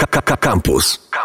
Campus.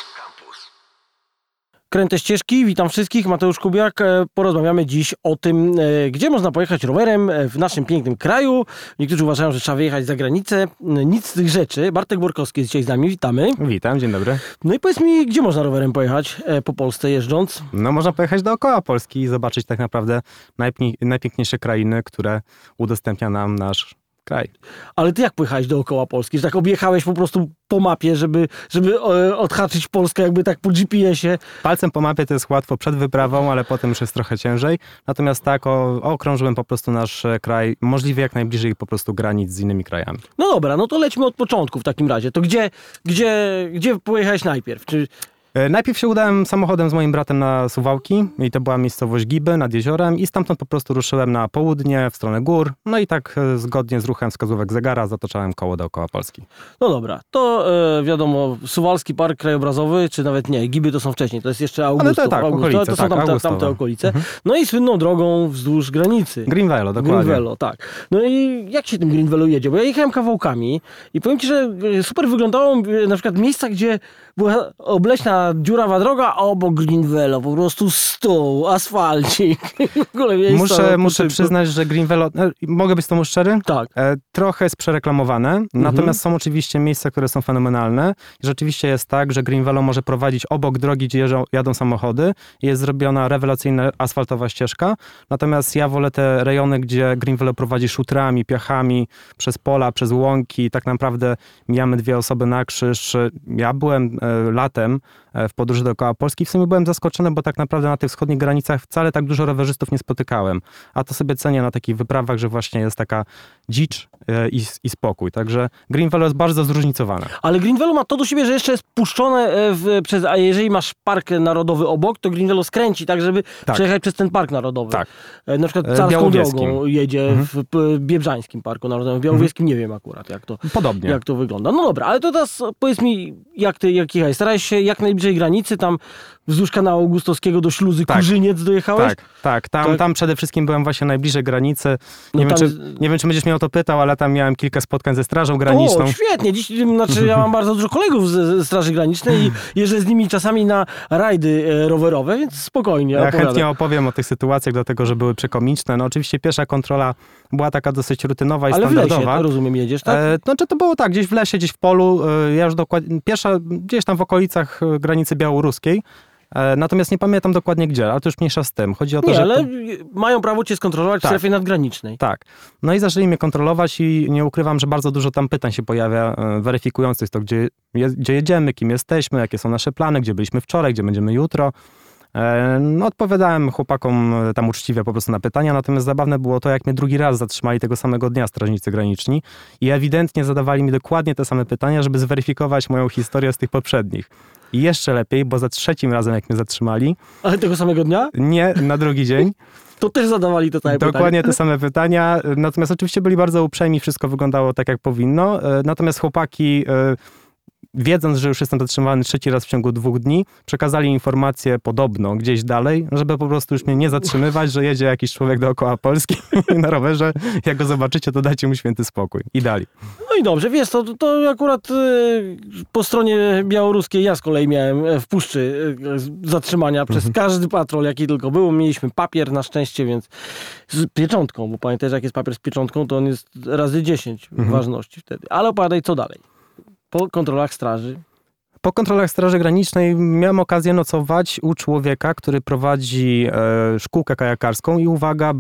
Kręte ścieżki, witam wszystkich, Mateusz Kubiak. Porozmawiamy dziś o tym, gdzie można pojechać rowerem w naszym pięknym kraju. Niektórzy uważają, że trzeba wyjechać za granicę. Nic z tych rzeczy. Bartek Borkowski jest dzisiaj z nami, witamy. Witam, dzień dobry. No i powiedz mi, gdzie można rowerem pojechać po Polsce jeżdżąc? No można pojechać dookoła Polski i zobaczyć tak naprawdę najpiękniejsze krainy, które udostępnia nam nasz kraj. Ale ty jak pojechałeś dookoła Polski? Że tak objechałeś po prostu po mapie, żeby odhaczyć Polskę jakby tak po GPS-ie? Palcem po mapie to jest łatwo przed wyprawą, ale potem już jest trochę ciężej. Natomiast tak okrążyłem po prostu nasz kraj, możliwie jak najbliżej po prostu granic z innymi krajami. No dobra, no to lećmy od początku w takim razie. To gdzie pojechałeś najpierw? Najpierw się udałem samochodem z moim bratem na Suwałki i to była miejscowość Giby nad jeziorem i stamtąd po prostu ruszyłem na południe, w stronę gór. No i tak zgodnie z ruchem wskazówek zegara zatoczałem koło dookoła Polski. No dobra, to wiadomo, Suwalski Park Krajobrazowy, czy nawet nie, Giby to są wcześniej, to jest jeszcze Augustów. Ale to tak, okolice, to są tamte okolice. Mhm. No i słynną drogą wzdłuż granicy. Greenvelo, dokładnie. Greenvelo, tak. No i jak się tym Greenvelu jedzie? Bo ja jechałem kawałkami i powiem ci, że super wyglądało na przykład miejsca, gdzie była obleśna dziurawa droga, a obok Greenvelo po prostu stół, asfalcik. W ogóle muszę przyznać, że Greenvelo, mogę być z tobą szczery? Tak. Trochę jest przereklamowane, natomiast są oczywiście miejsca, które są fenomenalne. I rzeczywiście jest tak, że Greenvelo może prowadzić obok drogi, gdzie jadą samochody. Jest zrobiona rewelacyjna asfaltowa ścieżka. Natomiast ja wolę te rejony, gdzie Greenvelo prowadzi szutrami, piachami, przez pola, przez łąki. Tak naprawdę mijamy dwie osoby na krzyż. Ja byłem latem w podróży dookoła Polski. W sumie byłem zaskoczony, bo tak naprawdę na tych wschodnich granicach wcale tak dużo rowerzystów nie spotykałem. A to sobie cenię na takich wyprawach, że właśnie jest taka dzicz i spokój. Także Greenvelo jest bardzo zróżnicowane. Ale Greenvelo ma to do siebie, że jeszcze jest puszczone a jeżeli masz park narodowy obok, to Greenvelo skręci tak, żeby przejechać przez ten park narodowy. Tak. Na przykład Carską drogą jedzie w Biebrzańskim Parku Narodowym. W Białowieskim nie wiem akurat, jak to wygląda. No dobra, ale to teraz powiedz mi, jak jechałeś? Starałeś się jak najbliżej granicy, tam wzdłuż kanału Augustowskiego do śluzy Kurzyniec dojechałeś? Tak. Tam przede wszystkim byłem właśnie najbliżej granicy. Nie wiem, czy będziesz mnie o to pytał, ale tam miałem kilka spotkań ze Strażą Graniczną. O, świetnie. Ja mam bardzo dużo kolegów ze Straży Granicznej i jeżdżę z nimi czasami na rajdy rowerowe, więc spokojnie Ja opowiadam. chętnie opowiem o tych sytuacjach, dlatego że były przekomiczne. No oczywiście pierwsza kontrola była taka dosyć rutynowa i standardowa. Ale w lesie, rozumiem, jedziesz, tak? Znaczy to było tak, gdzieś w lesie, gdzieś w polu. Ja już dokładnie, pierwsza gdzieś tam w okolicach granicy białoruskiej. Natomiast nie pamiętam dokładnie gdzie, ale to już mniejsza z tym. Chodzi o to, ale mają prawo cię skontrolować w strefie nadgranicznej. Tak. No i zaczęli mnie kontrolować i nie ukrywam, że bardzo dużo tam pytań się pojawia, weryfikujących to, gdzie jedziemy, kim jesteśmy, jakie są nasze plany, gdzie byliśmy wczoraj, gdzie będziemy jutro. No, odpowiadałem chłopakom tam uczciwie po prostu na pytania, natomiast zabawne było to, jak mnie drugi raz zatrzymali tego samego dnia strażnicy graniczni i ewidentnie zadawali mi dokładnie te same pytania, żeby zweryfikować moją historię z tych poprzednich. I jeszcze lepiej, bo za trzecim razem, jak mnie zatrzymali... Ale tego samego dnia? Nie, na drugi dzień. To też zadawali te same pytania. Dokładnie te same pytania, natomiast oczywiście byli bardzo uprzejmi, wszystko wyglądało tak, jak powinno. Natomiast chłopaki, wiedząc, że już jestem zatrzymany trzeci raz w ciągu 2 dni, przekazali informację podobno gdzieś dalej, żeby po prostu już mnie nie zatrzymywać, że jedzie jakiś człowiek dookoła Polski na rowerze. Jak go zobaczycie, to dajcie mu święty spokój. I dali. No i dobrze, wiesz, to akurat po stronie białoruskiej ja z kolei miałem w puszczy zatrzymania przez każdy patrol, jaki tylko był. Mieliśmy papier na szczęście, więc z pieczątką, bo pamiętaj, że jak jest papier z pieczątką, to on jest razy 10 ważności wtedy. Ale opowiadaj, co dalej? Po kontrolach straży? Po kontrolach Straży Granicznej miałem okazję nocować u człowieka, który prowadzi szkółkę kajakarską i uwaga,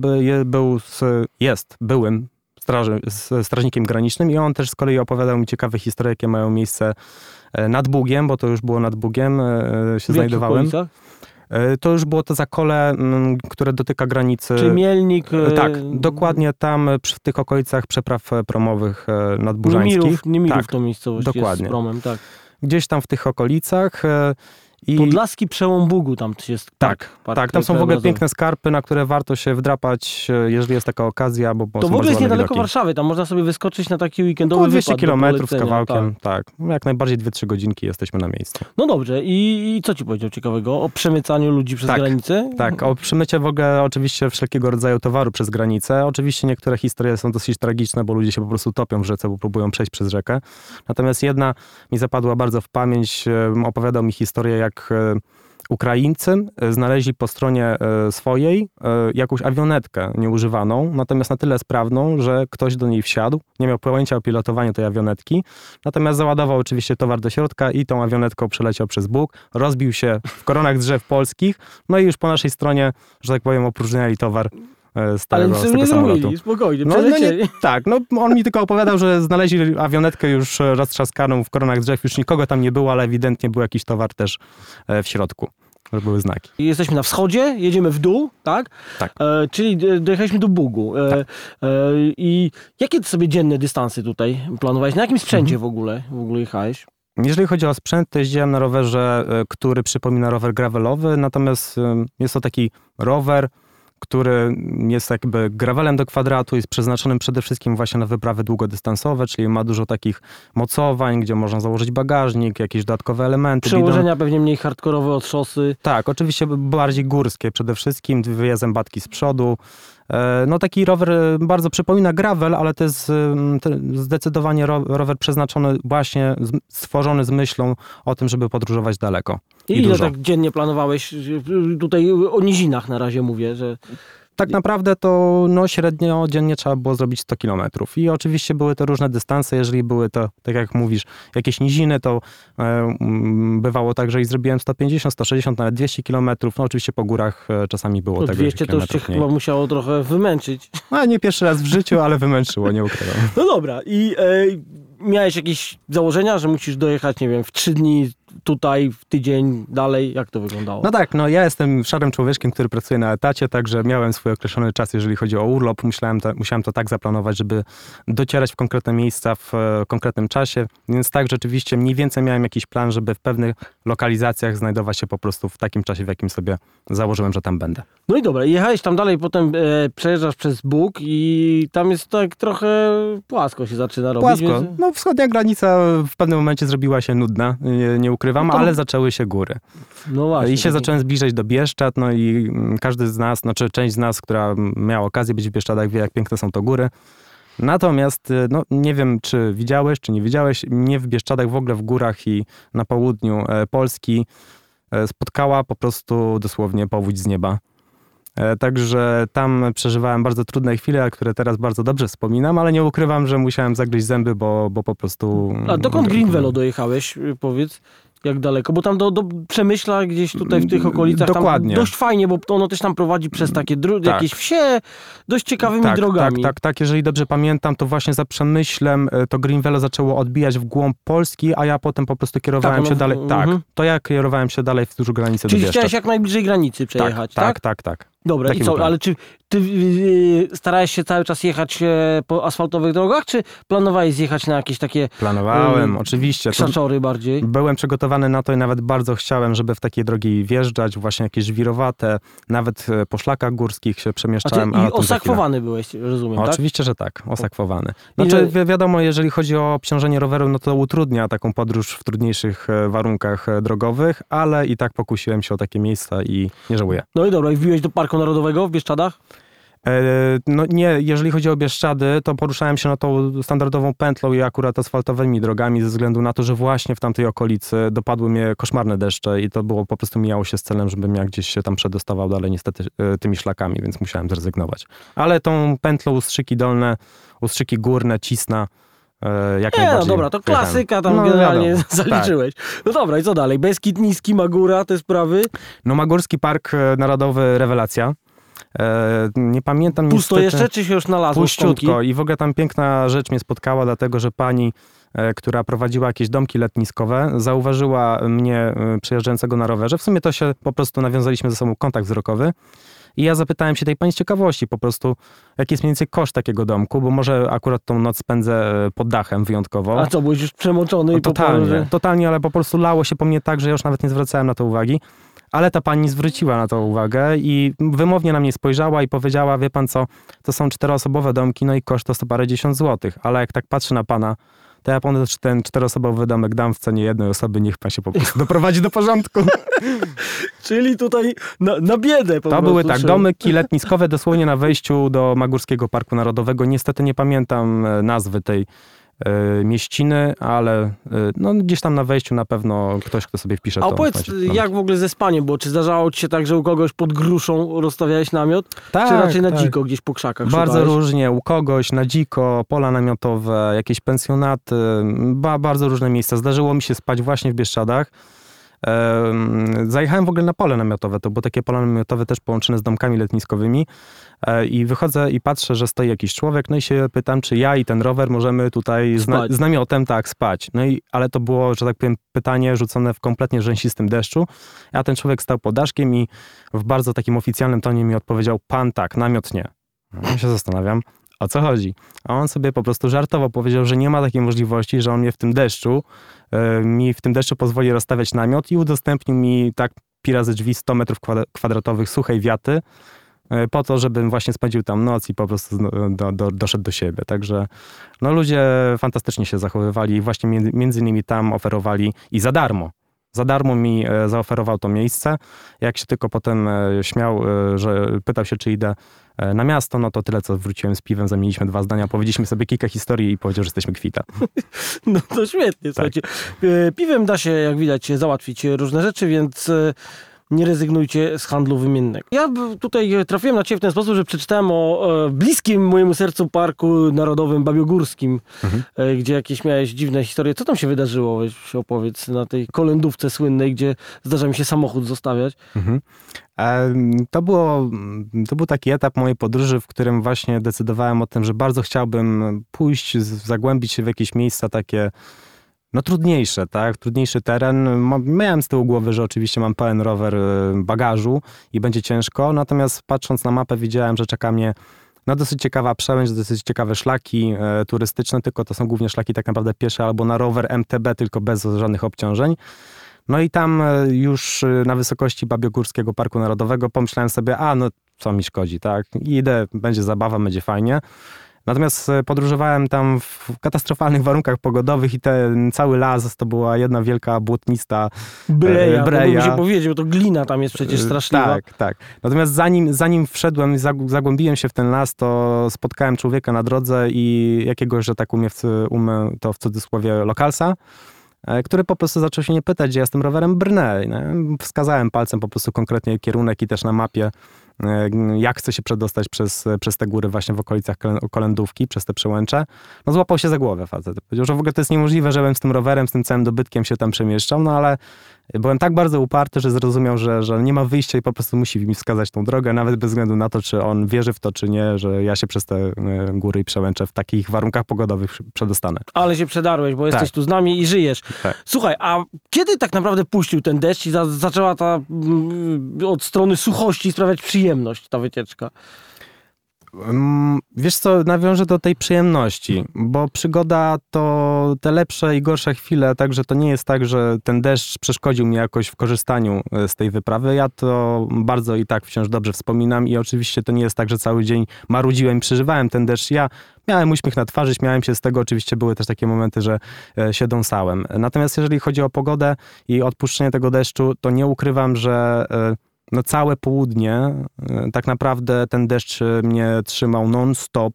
jest byłym strażnikiem granicznym i on też z kolei opowiadał mi ciekawe historie, jakie mają miejsce nad Bugiem, bo to już było nad Bugiem, się znajdowałem. Okolicach? To już było to zakole, które dotyka granicy. Czyli Mielnik. Tak, dokładnie tam w tych okolicach przepraw promowych nadburzańskich. Niemirów tak, to miejscowość dokładnie. jest z promem, tak. Gdzieś tam w tych okolicach Podlaski Przełom Bugu tam jest. Tak, tam są w ogóle piękne skarpy, na które warto się wdrapać, jeżeli jest taka okazja, bo to w ogóle jest niedaleko Warszawy, tam można sobie wyskoczyć na taki weekendowy wypad. 200 kilometrów z kawałkiem, tak. Jak najbardziej 2-3 godzinki jesteśmy na miejscu. No dobrze, i co ci powiedział ciekawego? O przemycaniu ludzi przez granicę? Tak, o przemycie w ogóle oczywiście wszelkiego rodzaju towaru przez granicę. Oczywiście niektóre historie są dosyć tragiczne, bo ludzie się po prostu topią w rzece, bo próbują przejść przez rzekę. Natomiast jedna mi zapadła bardzo w pamięć, opowiadał mi historię, jak Ukraińcy znaleźli po stronie swojej jakąś awionetkę nieużywaną, natomiast na tyle sprawną, że ktoś do niej wsiadł, nie miał pojęcia o pilotowaniu tej awionetki, natomiast załadował oczywiście towar do środka i tą awionetką przeleciał przez Bóg, rozbił się w koronach drzew polskich, no i już po naszej stronie, że tak powiem, opróżniali towar z tego nie samolotu. Zrobili, spokojnie, przelecieli. On mi tylko opowiadał, że znaleźli awionetkę już roztrzaskaną w koronach drzew, już nikogo tam nie było, ale ewidentnie był jakiś towar też w środku. Że były znaki. Jesteśmy na wschodzie, jedziemy w dół, tak? Tak. Czyli dojechaliśmy do Bugu. Tak. I jakie sobie dzienne dystanse tutaj planowałeś? Na jakim sprzęcie w ogóle jechałeś? Jeżeli chodzi o sprzęt, to jeździłem na rowerze, który przypomina rower gravelowy, natomiast jest to taki rower, który jest jakby gravelem do kwadratu, jest przeznaczonym przede wszystkim właśnie na wyprawy długodystansowe, czyli ma dużo takich mocowań, gdzie można założyć bagażnik, jakieś dodatkowe elementy. Przełożenia pewnie mniej hardkorowe od szosy. Tak, oczywiście bardziej górskie przede wszystkim, dwie zębatki z przodu. No taki rower bardzo przypomina gravel, ale to jest zdecydowanie rower przeznaczony właśnie, stworzony z myślą o tym, żeby podróżować daleko. I ile tak dziennie planowałeś? Tutaj o nizinach na razie mówię, że... Tak naprawdę to średnio dziennie trzeba było zrobić 100 kilometrów. I oczywiście były to różne dystanse. Jeżeli były to, tak jak mówisz, jakieś niziny, to bywało tak, że i zrobiłem 150, 160, nawet 200 kilometrów. No oczywiście po górach czasami było tego 200 to już cię chyba musiało trochę wymęczyć. Nie pierwszy raz w życiu, ale wymęczyło, nie ukrywam. No dobra. I miałeś jakieś założenia, że musisz dojechać, nie wiem, w 3 dni tutaj, w tydzień, dalej? Jak to wyglądało? No tak, ja jestem szarym człowieczkiem, który pracuje na etacie, także miałem swój określony czas, jeżeli chodzi o urlop. Musiałem to tak zaplanować, żeby docierać w konkretne miejsca w konkretnym czasie. Więc tak, rzeczywiście mniej więcej miałem jakiś plan, żeby w pewnych lokalizacjach znajdować się po prostu w takim czasie, w jakim sobie założyłem, że tam będę. No i dobra, jechałeś tam dalej, potem przejeżdżasz przez Bóg i tam jest tak trochę płasko się zaczyna robić. Płasko. Więc... No wschodnia granica w pewnym momencie zrobiła się nudna, nie ukrywam, ale zaczęły się góry. No właśnie. I się zacząłem zbliżać do Bieszczad, no i każdy z nas, część z nas, która miała okazję być w Bieszczadach, wie, jak piękne są to góry. Natomiast, nie wiem, czy widziałeś, czy nie widziałeś, mnie w Bieszczadach, w ogóle w górach i na południu Polski spotkała po prostu dosłownie powódź z nieba. Także tam przeżywałem bardzo trudne chwile, które teraz bardzo dobrze wspominam, ale nie ukrywam, że musiałem zagryźć zęby, bo po prostu... A dokąd Green Velo dojechałeś, powiedz? Jak daleko? Bo tam do Przemyśla gdzieś tutaj w tych okolicach dokładnie. Tam dość fajnie, bo ono też tam prowadzi przez takie jakieś wsie dość ciekawymi drogami. Tak. Jeżeli dobrze pamiętam, to właśnie za Przemyślem to Green Velo zaczęło odbijać w głąb Polski, a ja potem po prostu kierowałem się dalej. To ja kierowałem się dalej wzdłuż granicy do Bieszczad. Czyli chciałeś jak najbliżej granicy przejechać, tak? Tak. Dobra, taki i co? Ale czy ty starałeś się cały czas jechać po asfaltowych drogach, czy planowałeś zjechać na jakieś takie... Planowałem, oczywiście. Krzaczory bardziej? Byłem przygotowany na to i nawet bardzo chciałem, żeby w takie drogi wjeżdżać, właśnie jakieś żwirowate, nawet po szlakach górskich się przemieszczałem. I osakwowany byłeś, rozumiem, tak? Oczywiście, że tak, osakwowany. Znaczy, wiadomo, jeżeli chodzi o obciążenie roweru, no to utrudnia taką podróż w trudniejszych warunkach drogowych, ale i tak pokusiłem się o takie miejsca i nie żałuję. No i dobra, i wbiłeś do Parku Narodowego w Bieszczadach? No nie, jeżeli chodzi o Bieszczady, to poruszałem się na tą standardową pętlą i akurat asfaltowymi drogami ze względu na to, że właśnie w tamtej okolicy dopadły mnie koszmarne deszcze i to było po prostu mijało się z celem, żebym ja gdzieś się tam przedostawał dalej niestety tymi szlakami, więc musiałem zrezygnować. Ale tą pętlą Ustrzyki Dolne, Ustrzyki Górne, Cisna, jak najbardziej. No dobra, to klasyka tam generalnie zaliczyłeś. Tak. No dobra, i co dalej? Beskid Niski, Magóra, te sprawy? No Magórski Park Narodowy, rewelacja. Nie pamiętam Pusto niestety, jeszcze, czy się już znalazło? Puściutko. I w ogóle tam piękna rzecz mnie spotkała, dlatego że pani, która prowadziła jakieś domki letniskowe, zauważyła mnie przejeżdżającego na rowerze. W sumie to się po prostu nawiązaliśmy ze sobą kontakt wzrokowy. I ja zapytałem się tej pani z ciekawości po prostu, jaki jest mniej więcej koszt takiego domku, bo może akurat tą noc spędzę pod dachem wyjątkowo. A co, byłeś już przemoczony? I Totalnie, ale po prostu lało się po mnie tak, że ja już nawet nie zwracałem na to uwagi. Ale ta pani zwróciła na to uwagę i wymownie na mnie spojrzała i powiedziała, wie pan co, to są 4-osobowe domki, no i koszt to 100 parędziesiąt złotych, ale jak tak patrzę na pana, to ja panu ten 4-osobowy domek dam w cenie jednej osoby, niech pan się po prostu doprowadzi do porządku. Czyli tutaj na biedę po prostu. To były tak, domki letniskowe dosłownie na wejściu do Magórskiego Parku Narodowego. Niestety nie pamiętam nazwy tej mieściny, ale no, gdzieś tam na wejściu na pewno ktoś, kto sobie wpisze. A opowiedz, jak w ogóle ze spaniem było? Czy zdarzało ci się tak, że u kogoś pod gruszą rozstawiałeś namiot? Tak, czy raczej na dziko gdzieś po krzakach Bardzo szukałeś? różnie, u kogoś na dziko, pola namiotowe, jakieś pensjonaty, bardzo różne miejsca. Zdarzyło mi się spać właśnie w Bieszczadach. Zajechałem w ogóle na pole namiotowe, to było takie pole namiotowe też połączone z domkami letniskowymi i wychodzę i patrzę, że stoi jakiś człowiek, no i się pytam, czy ja i ten rower możemy tutaj z namiotem spać. No i, ale to było, że tak powiem, pytanie rzucone w kompletnie rzęsistym deszczu, a ten człowiek stał pod daszkiem i w bardzo takim oficjalnym tonie mi odpowiedział, pan tak, namiot nie. No, ja się zastanawiam, o co chodzi? A on sobie po prostu żartowo powiedział, że nie ma takiej możliwości, że on mnie w tym deszczu pozwoli rozstawiać namiot i udostępnił mi tak pi razy drzwi 100 metrów kwadratowych suchej wiaty po to, żebym właśnie spędził tam noc i po prostu doszedł do siebie. Także no, ludzie fantastycznie się zachowywali i właśnie między innymi tam oferowali i za darmo. Za darmo mi zaoferował to miejsce. Jak się tylko potem śmiał, że pytał się, czy idę na miasto, no to tyle, co wróciłem z piwem, zamieniliśmy 2 zdania, powiedzieliśmy sobie kilka historii i powiedział, że jesteśmy kwita. No to świetnie, słuchajcie. Piwem da się, jak widać, załatwić różne rzeczy, więc nie rezygnujcie z handlu wymiennego. Ja tutaj trafiłem na ciebie w ten sposób, że przeczytałem o bliskim mojemu sercu Parku Narodowym Babiogórskim, gdzie jakieś miałeś dziwne historie. Co tam się wydarzyło? Weź opowiedz na tej kolędówce słynnej, gdzie zdarza mi się samochód zostawiać. To był taki etap mojej podróży, w którym właśnie decydowałem o tym, że bardzo chciałbym pójść, zagłębić się w jakieś miejsca takie no trudniejsze, tak? Trudniejszy teren. Miałem z tyłu głowy, że oczywiście mam pełen rower bagażu i będzie ciężko, natomiast patrząc na mapę widziałem, że czeka mnie no dosyć ciekawa przełęcz, dosyć ciekawe szlaki turystyczne, tylko to są głównie szlaki tak naprawdę piesze albo na rower MTB, tylko bez żadnych obciążeń. No i tam już na wysokości Babiogórskiego Parku Narodowego pomyślałem sobie, no co mi szkodzi, tak? Idę, będzie zabawa, będzie fajnie. Natomiast podróżowałem tam w katastrofalnych warunkach pogodowych i ten cały las to była jedna wielka błotnista breja. To bym się powiedział, to glina tam jest przecież straszliwa. Tak. Natomiast zanim wszedłem i zagłębiłem się w ten las, to spotkałem człowieka na drodze i jakiegoś, że tak umiem to w cudzysłowie lokalsa, który po prostu zaczął się mnie pytać, gdzie ja z tym rowerem brnę. Wskazałem palcem po prostu konkretnie kierunek i też na mapie, jak chcę się przedostać przez te góry właśnie w okolicach Kolędówki, przez te przełęcze. No złapał się za głowę facet. Powiedział, że w ogóle to jest niemożliwe, żebym z tym rowerem, z tym całym dobytkiem się tam przemieszczał, no ale byłem tak bardzo uparty, że zrozumiał, że nie ma wyjścia i po prostu musi mi wskazać tą drogę, nawet bez względu na to, czy on wierzy w to, czy nie, że ja się przez te góry i przełęcze w takich warunkach pogodowych przedostanę. Ale się przedarłeś, bo jesteś tu z nami i żyjesz. Tak. Słuchaj, a kiedy tak naprawdę puścił ten deszcz i zaczęła ta od strony suchości sprawiać przyjemność ta wycieczka? Wiesz co, nawiążę do tej przyjemności, bo przygoda to te lepsze i gorsze chwile, także to nie jest tak, że ten deszcz przeszkodził mi jakoś w korzystaniu z tej wyprawy. Ja to bardzo i tak wciąż dobrze wspominam i oczywiście to nie jest tak, że cały dzień marudziłem i przeżywałem ten deszcz. Ja miałem uśmiech na twarzy, śmiałem się z tego, oczywiście były też takie momenty, że się dąsałem. Natomiast jeżeli chodzi o pogodę i odpuszczenie tego deszczu, to nie ukrywam, że no całe południe tak naprawdę ten deszcz mnie trzymał non-stop.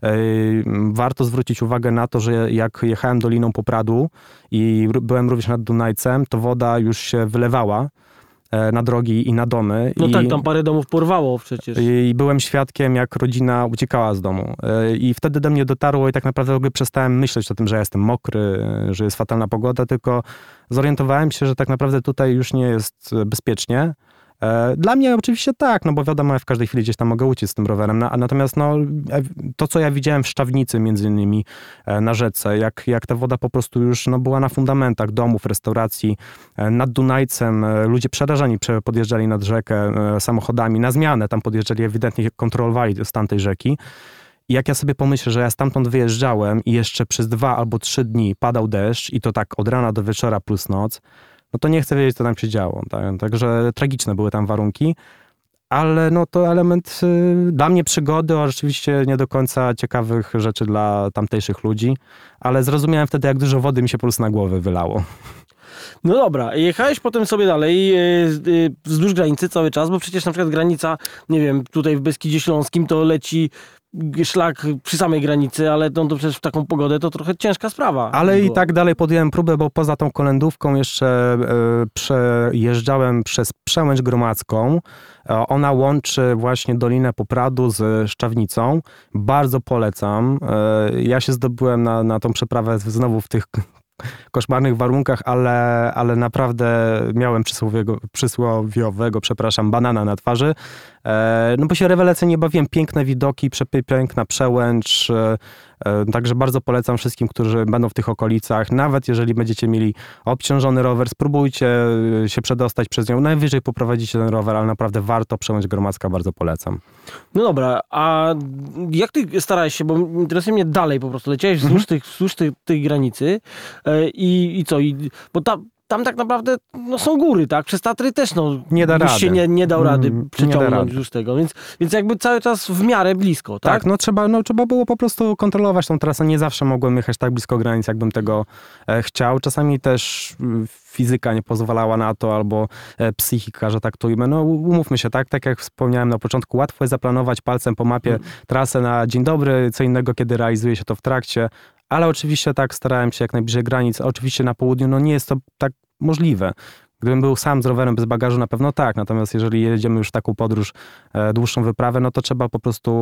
Warto zwrócić uwagę na to, że jak jechałem Doliną Popradu i byłem również nad Dunajcem, to woda już się wylewała na drogi i na domy. No tak, tam parę domów porwało przecież. I byłem świadkiem, jak rodzina uciekała z domu. I wtedy do mnie dotarło i tak naprawdę w ogóle przestałem myśleć o tym, że ja jestem mokry, że jest fatalna pogoda, tylko zorientowałem się, że tak naprawdę tutaj już nie jest bezpiecznie. Dla mnie oczywiście tak, no bo wiadomo, ja w każdej chwili gdzieś tam mogę uciec z tym rowerem. Natomiast no, to, co ja widziałem w Szczawnicy między innymi na rzece, jak ta woda po prostu już no, była na fundamentach domów, restauracji, nad Dunajcem, ludzie przerażeni podjeżdżali nad rzekę samochodami na zmianę, tam podjeżdżali, ewidentnie kontrolowali stan tej rzeki. I jak ja sobie pomyślę, że ja stamtąd wyjeżdżałem i jeszcze przez 2 albo 3 dni padał deszcz i to tak od rana do wieczora plus noc, no to nie chcę wiedzieć, co tam się działo. Tak? Także tragiczne były tam warunki, ale no to element dla mnie przygody, a rzeczywiście nie do końca ciekawych rzeczy dla tamtejszych ludzi, ale zrozumiałem wtedy, jak dużo wody mi się po prostu na głowę wylało. No dobra, jechałeś potem sobie dalej wzdłuż granicy cały czas, bo przecież na przykład granica, nie wiem, tutaj w Beskidzie Śląskim to leci szlak przy samej granicy, ale no to przecież w taką pogodę to trochę ciężka sprawa. Ale i tak dalej podjąłem próbę, bo poza tą kolędówką jeszcze przejeżdżałem przez Przełęcz Gromadzką. Ona łączy właśnie Dolinę Popradu z Szczawnicą. Bardzo polecam. Ja się zdobyłem na tą przeprawę znowu w tych koszmarnych warunkach, ale naprawdę miałem przysłowiowego, banana na twarzy. No bo się rewelacyjnie bawiłem, piękne widoki, piękna przełęcz, także bardzo polecam wszystkim, którzy będą w tych okolicach, nawet jeżeli będziecie mieli obciążony rower, spróbujcie się przedostać przez nią, najwyżej poprowadzicie ten rower, ale naprawdę warto, Przełęcz Gromadzka bardzo polecam. No dobra, a jak ty starałeś się, bo interesuje mnie dalej po prostu, leciałeś wzdłuż tej granicy i co, bo tam tak naprawdę no, są góry, tak? Przez Tatry też nie da rady. się nie dał rady przeciągnąć już tego, więc jakby cały czas w miarę blisko, tak? Tak, trzeba było po prostu kontrolować tą trasę. Nie zawsze mogłem jechać tak blisko granic, jakbym tego chciał. Czasami też fizyka nie pozwalała na to, albo psychika, że tak to ujmę. No umówmy się, tak jak wspomniałem na początku, łatwo jest zaplanować palcem po mapie trasę na dzień dobry, co innego, kiedy realizuje się to w trakcie. Ale oczywiście tak starałem się jak najbliżej granic. Oczywiście na południu no nie jest to tak możliwe. Gdybym był sam z rowerem bez bagażu, na pewno tak. Natomiast jeżeli jedziemy już w taką podróż, dłuższą wyprawę, no to trzeba po prostu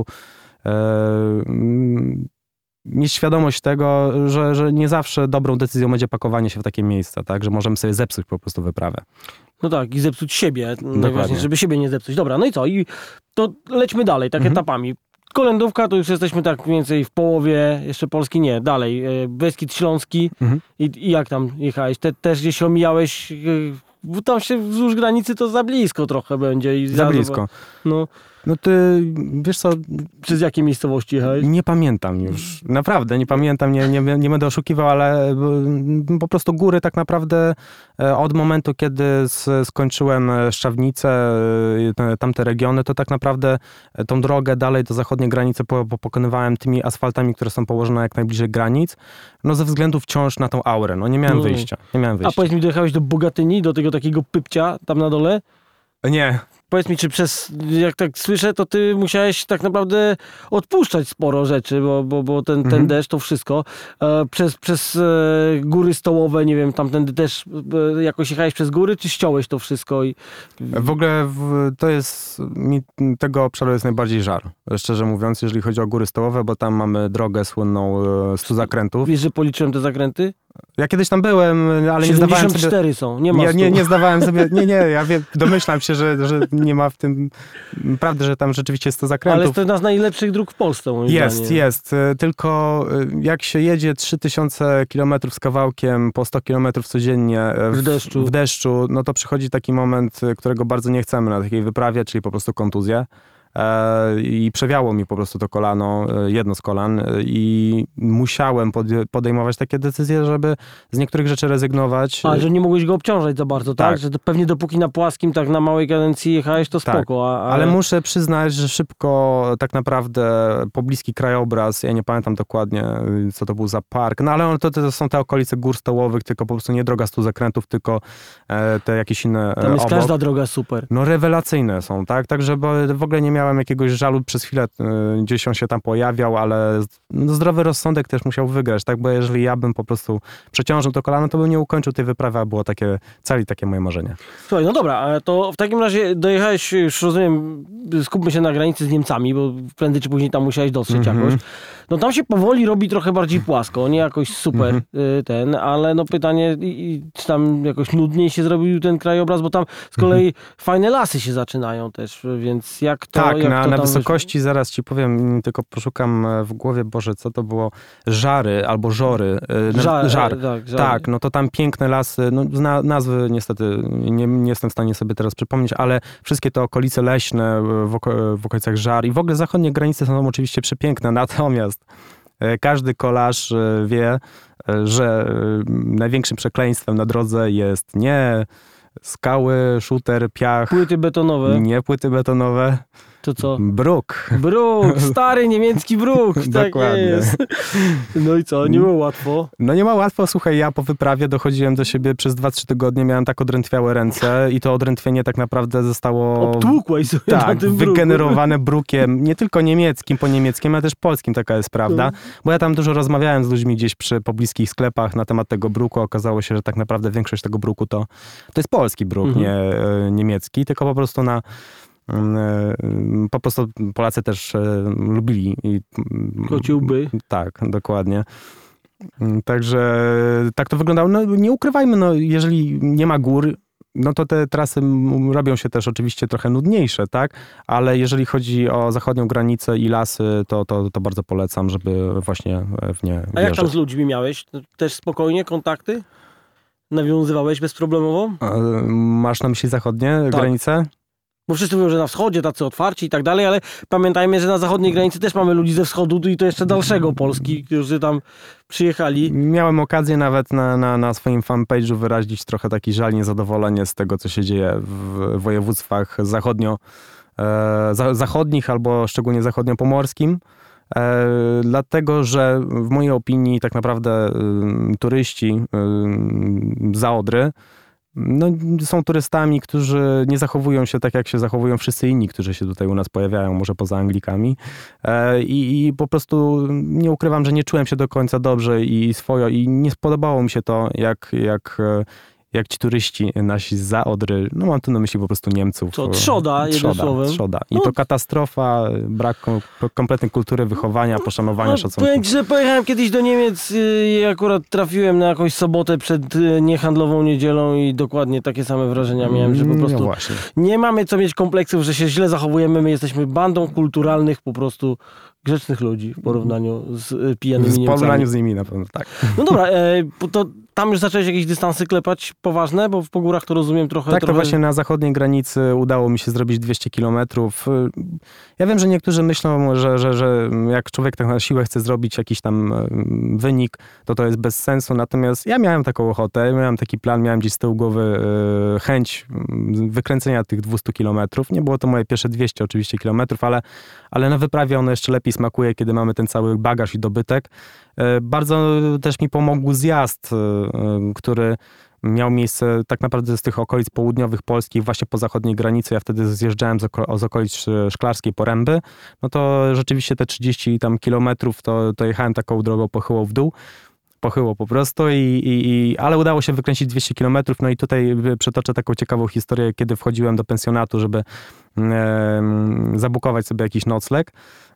mieć świadomość tego, że nie zawsze dobrą decyzją będzie pakowanie się w takie miejsca, tak? Że możemy sobie zepsuć po prostu wyprawę. No tak, i zepsuć siebie. Najważniejsze, żeby siebie nie zepsuć. Dobra, no i co? I to lećmy dalej, tak etapami. Kolędówka, to już jesteśmy tak mniej więcej w połowie, jeszcze Polski nie, dalej. Beskid Śląski i jak tam jechałeś? Też gdzieś omijałeś, bo tam się wzdłuż granicy to za blisko trochę będzie. I za blisko. No ty, wiesz co... Przez jakie miejscowości jechałeś? Nie pamiętam już. Naprawdę, nie pamiętam, nie będę oszukiwał, ale po prostu góry tak naprawdę od momentu, kiedy skończyłem Szczawnicę, tamte regiony, to tak naprawdę tą drogę dalej do zachodniej granicy pokonywałem tymi asfaltami, które są położone jak najbliżej granic, no ze względu wciąż na tą aurę. No nie miałem wyjścia. A powiedz mi, dojechałeś do Bogatyni, do tego takiego pypcia tam na dole? Nie. Powiedz mi, czy jak tak słyszę, to ty musiałeś tak naprawdę odpuszczać sporo rzeczy, bo ten deszcz, to wszystko. Przez góry stołowe, nie wiem, tamtędy też jakoś jechałeś przez góry, czy ściąłeś to wszystko? W ogóle to jest, tego obszaru jest najbardziej żar, szczerze mówiąc, jeżeli chodzi o góry stołowe, bo tam mamy drogę słynną 100 zakrętów. Wiesz, że policzyłem te zakręty? Ja kiedyś tam byłem, ale nie zdawałem sobie... 74 są, nie ma 100. Nie zdawałem sobie... Ja domyślam się, że nie ma w tym prawdy, że tam rzeczywiście jest 100 zakrętów. Ale to jedna z najlepszych dróg w Polsce, moim zdaniem. Jest. Tylko jak się jedzie 3000 kilometrów z kawałkiem po 100 kilometrów codziennie w deszczu, no to przychodzi taki moment, którego bardzo nie chcemy na takiej wyprawie, czyli po prostu kontuzja. I przewiało mi po prostu to kolano, jedno z kolan i musiałem podejmować takie decyzje, żeby z niektórych rzeczy rezygnować. A, że nie mogłeś go obciążać za bardzo, tak? Że to pewnie dopóki na płaskim, tak na małej kadencji jechałeś, to spoko. Ale muszę przyznać, że szybko tak naprawdę pobliski krajobraz, ja nie pamiętam dokładnie, co to był za park, no ale to są te okolice gór stołowych, tylko po prostu nie droga 100 zakrętów, tylko te jakieś inne tam jest obok. Każda droga super. No rewelacyjne są, tak? Także w ogóle nie miałem miałem jakiegoś żalu przez chwilę, gdzieś on się tam pojawiał, ale zdrowy rozsądek też musiał wygrać, tak? Bo jeżeli ja bym po prostu przeciążył to kolano, to bym nie ukończył tej wyprawy, a było takie moje marzenie. Słuchaj, no dobra, ale to w takim razie dojechałeś, już rozumiem, skupmy się na granicy z Niemcami, bo prędzej czy później tam musiałeś dotrzeć jakoś. No tam się powoli robi trochę bardziej płasko, nie jakoś super ale no pytanie, czy tam jakoś nudniej się zrobił ten krajobraz, bo tam z kolei fajne lasy się zaczynają też, więc jak to... Tak, jak na to tam wysokości, zaraz ci powiem, tylko poszukam w głowie, Boże, co to było? Żary albo Żory. Żar. Tak, no to tam piękne lasy, no nazwy niestety nie jestem w stanie sobie teraz przypomnieć, ale wszystkie te okolice leśne w okolicach Żar i w ogóle zachodnie granice są oczywiście przepiękne, natomiast każdy kolarz wie, że największym przekleństwem na drodze jest nie skały, szuter, piach. Płyty betonowe. Nie płyty betonowe. To co? Bruk. Bruk, stary niemiecki bruk. Tak Dokładnie. jest. No i co? Nie było łatwo. No nie ma łatwo, słuchaj, ja po wyprawie dochodziłem do siebie przez 2-3 tygodnie, miałem tak odrętwiałe ręce i to odrętwienie tak naprawdę zostało... Obtłukłeś sobie na tak, tym bruku. wygenerowane brukiem, nie tylko niemieckim, po niemieckim, ale też polskim, taka jest prawda. Bo ja tam dużo rozmawiałem z ludźmi gdzieś przy pobliskich sklepach na temat tego bruku. Okazało się, że tak naprawdę większość tego bruku to jest polski bruk, nie niemiecki, tylko po prostu Polacy też lubili. Kocie łby. Tak, dokładnie. Także tak to wyglądało. No nie ukrywajmy, no jeżeli nie ma gór, no to te trasy robią się też oczywiście trochę nudniejsze, tak? Ale jeżeli chodzi o zachodnią granicę i lasy, to bardzo polecam, żeby właśnie w nie wjeżdżać. A jak tam z ludźmi miałeś? Też spokojnie kontakty? Nawiązywałeś bezproblemowo? Masz na myśli zachodnie granice? Bo wszyscy mówią, że na wschodzie tacy otwarci i tak dalej, ale pamiętajmy, że na zachodniej granicy też mamy ludzi ze wschodu i to jeszcze dalszego Polski, którzy tam przyjechali. Miałem okazję nawet na swoim fanpage'u wyrazić trochę taki żal, niezadowolenie z tego, co się dzieje w województwach zachodnich albo szczególnie zachodniopomorskim. Dlatego, że w mojej opinii tak naprawdę turyści za Odry no, są turystami, którzy nie zachowują się tak, jak się zachowują wszyscy inni, którzy się tutaj u nas pojawiają, może poza Anglikami. I po prostu nie ukrywam, że nie czułem się do końca dobrze i nie spodobało mi się to, jak ci turyści nasi zza Odry, no mam tu na myśli po prostu Niemców. Co, trzoda, jednym słowem. Trzoda. I to katastrofa, brak kompletnej kultury wychowania, poszanowania, szacunku. Powiem ci, że pojechałem kiedyś do Niemiec i akurat trafiłem na jakąś sobotę przed niehandlową niedzielą i dokładnie takie same wrażenia miałem, że po prostu nie mamy co mieć kompleksów, że się źle zachowujemy, my jesteśmy bandą kulturalnych po prostu grzecznych ludzi w porównaniu z pijanymi Niemcami. W porównaniu z nimi na pewno, tak. No dobra, to tam już zacząłeś jakieś dystansy klepać poważne, bo w Pogórach to rozumiem trochę... Tak, to właśnie na zachodniej granicy udało mi się zrobić 200 kilometrów. Ja wiem, że niektórzy myślą, że jak człowiek tak na siłę chce zrobić jakiś tam wynik, to jest bez sensu. Natomiast ja miałem taką ochotę, miałem taki plan, miałem gdzieś z tyłu głowy chęć wykręcenia tych 200 kilometrów. Nie było to moje pierwsze 200 oczywiście kilometrów, ale na wyprawie ono jeszcze lepiej smakuje, kiedy mamy ten cały bagaż i dobytek. Bardzo też mi pomógł zjazd, który miał miejsce tak naprawdę z tych okolic południowych Polski, właśnie po zachodniej granicy. Ja wtedy zjeżdżałem z okolic Szklarskiej Poręby. No to rzeczywiście te 30 tam kilometrów to jechałem taką drogą pochyłą w dół. Pochyło po prostu, ale udało się wykręcić 200 kilometrów. No i tutaj przytoczę taką ciekawą historię, kiedy wchodziłem do pensjonatu, żeby zabukować sobie jakiś nocleg.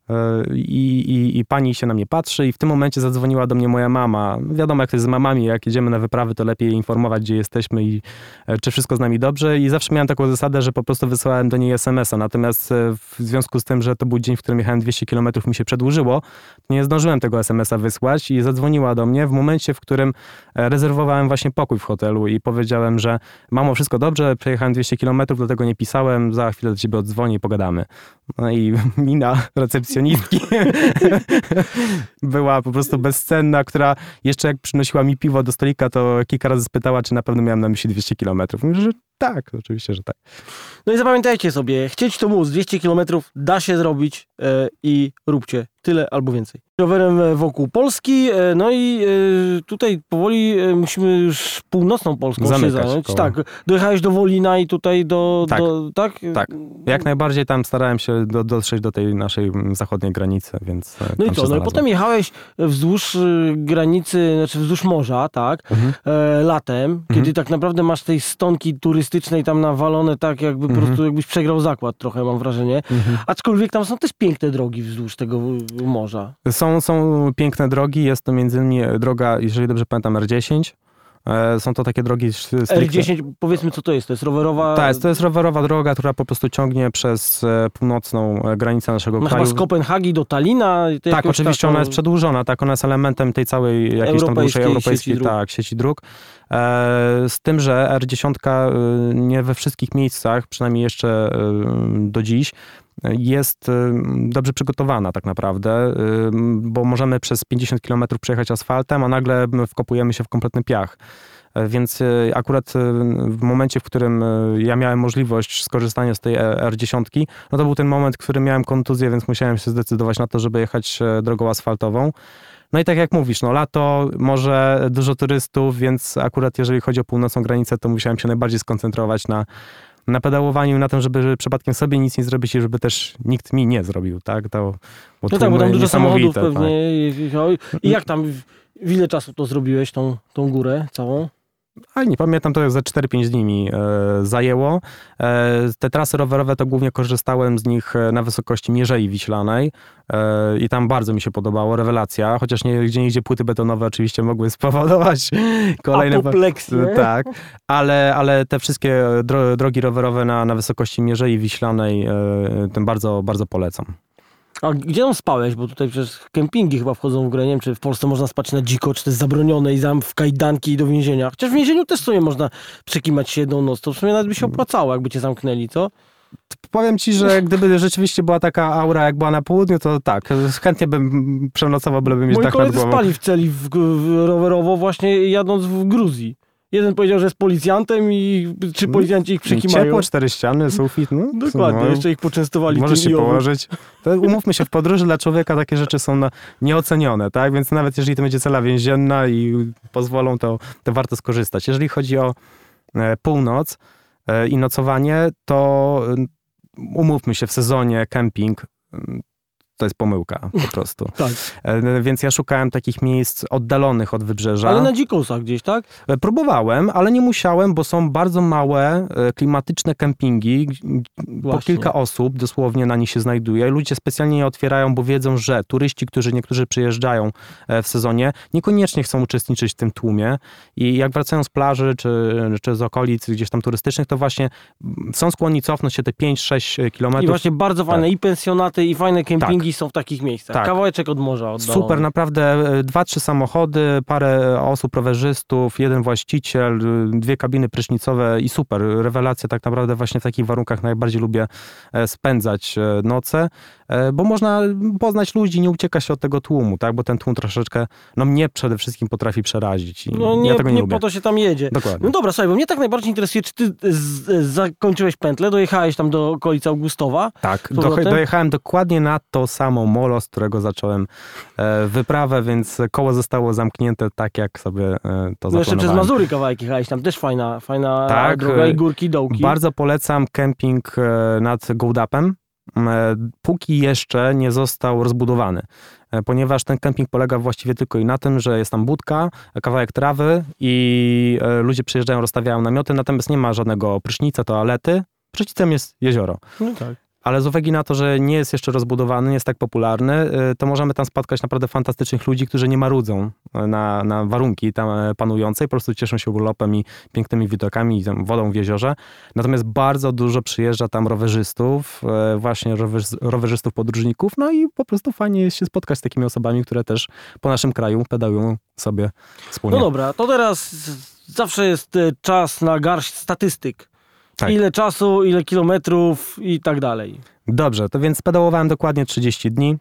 I pani się na mnie patrzy i w tym momencie zadzwoniła do mnie moja mama. Wiadomo, jak to jest z mamami, jak jedziemy na wyprawy, to lepiej informować, gdzie jesteśmy i czy wszystko z nami dobrze. I zawsze miałem taką zasadę, że po prostu wysyłałem do niej SMS-a. Natomiast w związku z tym, że to był dzień, w którym jechałem 200 km, mi się przedłużyło, nie zdążyłem tego SMS-a wysłać i zadzwoniła do mnie w momencie, w którym rezerwowałem właśnie pokój w hotelu i powiedziałem, że mamo, wszystko dobrze, przejechałem 200 km, dlatego nie pisałem, za chwilę do ciebie odzwonię i pogadamy. No i mina recepcjonistki była po prostu bezcenna, która jeszcze jak przynosiła mi piwo do stolika, to kilka razy spytała, czy na pewno miałem na myśli 200 km. Mówię, że tak, oczywiście, że tak. No i zapamiętajcie sobie, chcieć to móc, 200 km da się zrobić i róbcie tyle albo więcej. Rowerem wokół Polski, no i tutaj powoli musimy już północną Polską się zająć. Koło. Tak, dojechałeś do Wolina i tutaj Tak. tak? Tak, jak najbardziej tam starałem się dotrzeć do tej naszej zachodniej granicy, więc No i tam co, się no i znalazłem. potem jechałeś wzdłuż granicy, znaczy wzdłuż morza, tak, latem, kiedy tak naprawdę masz tej stonki turystycznej tam nawalone tak, jakby po prostu jakbyś przegrał zakład trochę, mam wrażenie. Aczkolwiek tam są też piękne drogi wzdłuż tego morza. Są piękne drogi, jest to między innymi droga, jeżeli dobrze pamiętam, R10. Są to takie drogi stricte... R10, powiedzmy co to jest rowerowa... Tak, to jest rowerowa droga, która po prostu ciągnie przez północną granicę naszego kraju. Chyba z Kopenhagi do Talina. Tak, oczywiście ona jest przedłużona, tak, ona jest elementem tej całej jakiejś tam dłuższej europejskiej sieci dróg. Z tym, że R10 nie we wszystkich miejscach, przynajmniej jeszcze do dziś, jest dobrze przygotowana tak naprawdę, bo możemy przez 50 km przejechać asfaltem, a nagle wkopujemy się w kompletny piach. Więc akurat w momencie, w którym ja miałem możliwość skorzystania z tej R10, no to był ten moment, w którym miałem kontuzję, więc musiałem się zdecydować na to, żeby jechać drogą asfaltową. No i tak jak mówisz, no lato, może dużo turystów, więc akurat jeżeli chodzi o północną granicę, to musiałem się najbardziej skoncentrować na pedałowaniu, na tym, żeby przypadkiem sobie nic nie zrobić i żeby też nikt mi nie zrobił, tak? No tak, bo tam dużo samochodów tak. pewnie. I jak tam, w ile czasu to zrobiłeś, tą górę całą? Ale nie pamiętam, to za 4-5 dni mi zajęło. Te trasy rowerowe to głównie korzystałem z nich na wysokości Mierzei Wiślanej i tam bardzo mi się podobało, rewelacja, chociaż gdzie płyty betonowe oczywiście mogły spowodować kolejne... apopleksję. Tak, ale te wszystkie drogi rowerowe na wysokości Mierzei Wiślanej tym bardzo, bardzo polecam. A gdzie tam spałeś? Bo tutaj przecież kempingi chyba wchodzą w grę. Nie wiem, czy w Polsce można spać na dziko, czy to jest zabronione i w kajdanki i do więzienia. Chociaż w więzieniu też sobie można przekimać się jedną noc. To w sumie nawet by się opłacało, jakby cię zamknęli, co? Powiem ci, że gdyby rzeczywiście była taka aura, jak była na południu, to tak, chętnie bym przenocował, byleby mieć dach nad głową. Moi koledzy spali w celi rowerowo właśnie jadąc w Gruzji. Jeden powiedział, że jest policjantem i czy policjanci ich przekimają. Ciepło, 4 ściany, sufit, no. Dokładnie, jeszcze ich poczęstowali. Możesz się położyć. To umówmy się, w podróży dla człowieka takie rzeczy są nieocenione, tak? Więc nawet jeżeli to będzie cela więzienna i pozwolą, to warto skorzystać. Jeżeli chodzi o północ i nocowanie, to umówmy się, w sezonie kemping to jest pomyłka po prostu. Tak. Więc ja szukałem takich miejsc oddalonych od wybrzeża. Ale na dzikosach gdzieś, tak? Próbowałem, ale nie musiałem, bo są bardzo małe, klimatyczne kempingi. Po kilka osób dosłownie na nich się znajduje. Ludzie specjalnie je otwierają, bo wiedzą, że turyści, niektórzy przyjeżdżają w sezonie, niekoniecznie chcą uczestniczyć w tym tłumie. I jak wracają z plaży, czy z okolic gdzieś tam turystycznych, to właśnie są skłonni cofnąć się te 5-6 kilometrów. I właśnie bardzo fajne i pensjonaty, i fajne kempingi są w takich miejscach. Tak. Kawałeczek od morza oddalony. Super, naprawdę 2-3 samochody, parę osób, rowerzystów, jeden właściciel, 2 kabiny prysznicowe i super. Rewelacja, tak naprawdę właśnie w takich warunkach najbardziej lubię spędzać noce, bo można poznać ludzi, nie ucieka się od tego tłumu, tak? Bo ten tłum troszeczkę, mnie przede wszystkim potrafi przerazić. I ja tego nie lubię. Po to się tam jedzie. Dokładnie. No dobra, słuchaj, bo mnie tak najbardziej interesuje, czy ty zakończyłeś pętlę, dojechałeś tam do okolic Augustowa? Tak, dojechałem dokładnie na to samo molo, z którego zacząłem wyprawę, więc koło zostało zamknięte tak, jak sobie to zaplanowałem. Jeszcze przez Mazury kawałek jechałeś, tam też fajna droga i górki, dołki. Bardzo polecam kemping nad Gołdapem, póki jeszcze nie został rozbudowany. Ponieważ ten kemping polega właściwie tylko i na tym, że jest tam budka, kawałek trawy i ludzie przyjeżdżają, rozstawiają namioty, natomiast nie ma żadnego prysznica, toalety. Prysznicem jest jezioro. No tak. Ale z uwagi na to, że nie jest jeszcze rozbudowany, nie jest tak popularny, to możemy tam spotkać naprawdę fantastycznych ludzi, którzy nie marudzą na warunki tam panujące, po prostu cieszą się urlopem i pięknymi widokami i wodą w jeziorze. Natomiast bardzo dużo przyjeżdża tam rowerzystów, właśnie rowerzystów podróżników, no i po prostu fajnie jest się spotkać z takimi osobami, które też po naszym kraju pedałują sobie wspólnie. No dobra, to teraz zawsze jest czas na garść statystyk. Tak. Ile czasu, ile kilometrów i tak dalej. Dobrze, to więc pedałowałem dokładnie 30 dni.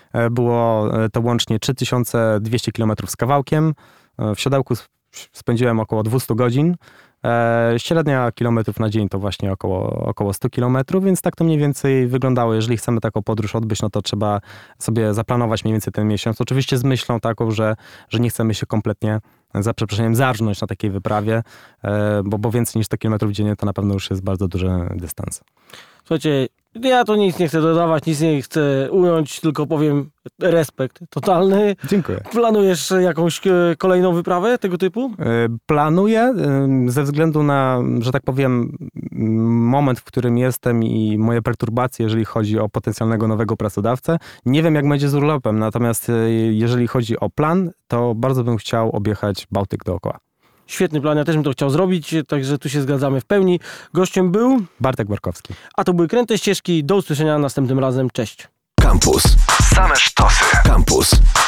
Było to łącznie 3200 km z kawałkiem. W siodełku spędziłem około 200 godzin. Średnia kilometrów na dzień to właśnie około 100 kilometrów, więc tak to mniej więcej wyglądało. Jeżeli chcemy taką podróż odbyć, no to trzeba sobie zaplanować mniej więcej ten miesiąc. Oczywiście z myślą taką, że nie chcemy się kompletnie, za przeproszeniem, zarżnąć na takiej wyprawie, bo więcej niż 100 kilometrów dziennie to na pewno już jest bardzo duży dystans. Słuchajcie, ja tu nic nie chcę dodawać, nic nie chcę ująć, tylko powiem respekt totalny. Dziękuję. Planujesz jakąś kolejną wyprawę tego typu? Planuję ze względu na, że tak powiem, moment, w którym jestem i moje perturbacje, jeżeli chodzi o potencjalnego nowego pracodawcę. Nie wiem, jak będzie z urlopem, natomiast jeżeli chodzi o plan, to bardzo bym chciał objechać Bałtyk dookoła. Świetny plan, ja też bym to chciał zrobić, także tu się zgadzamy w pełni. Gościem był Bartek Barkowski. A to były Kręte Ścieżki. Do usłyszenia następnym razem. Cześć. Campus. Same sztosy. Campus.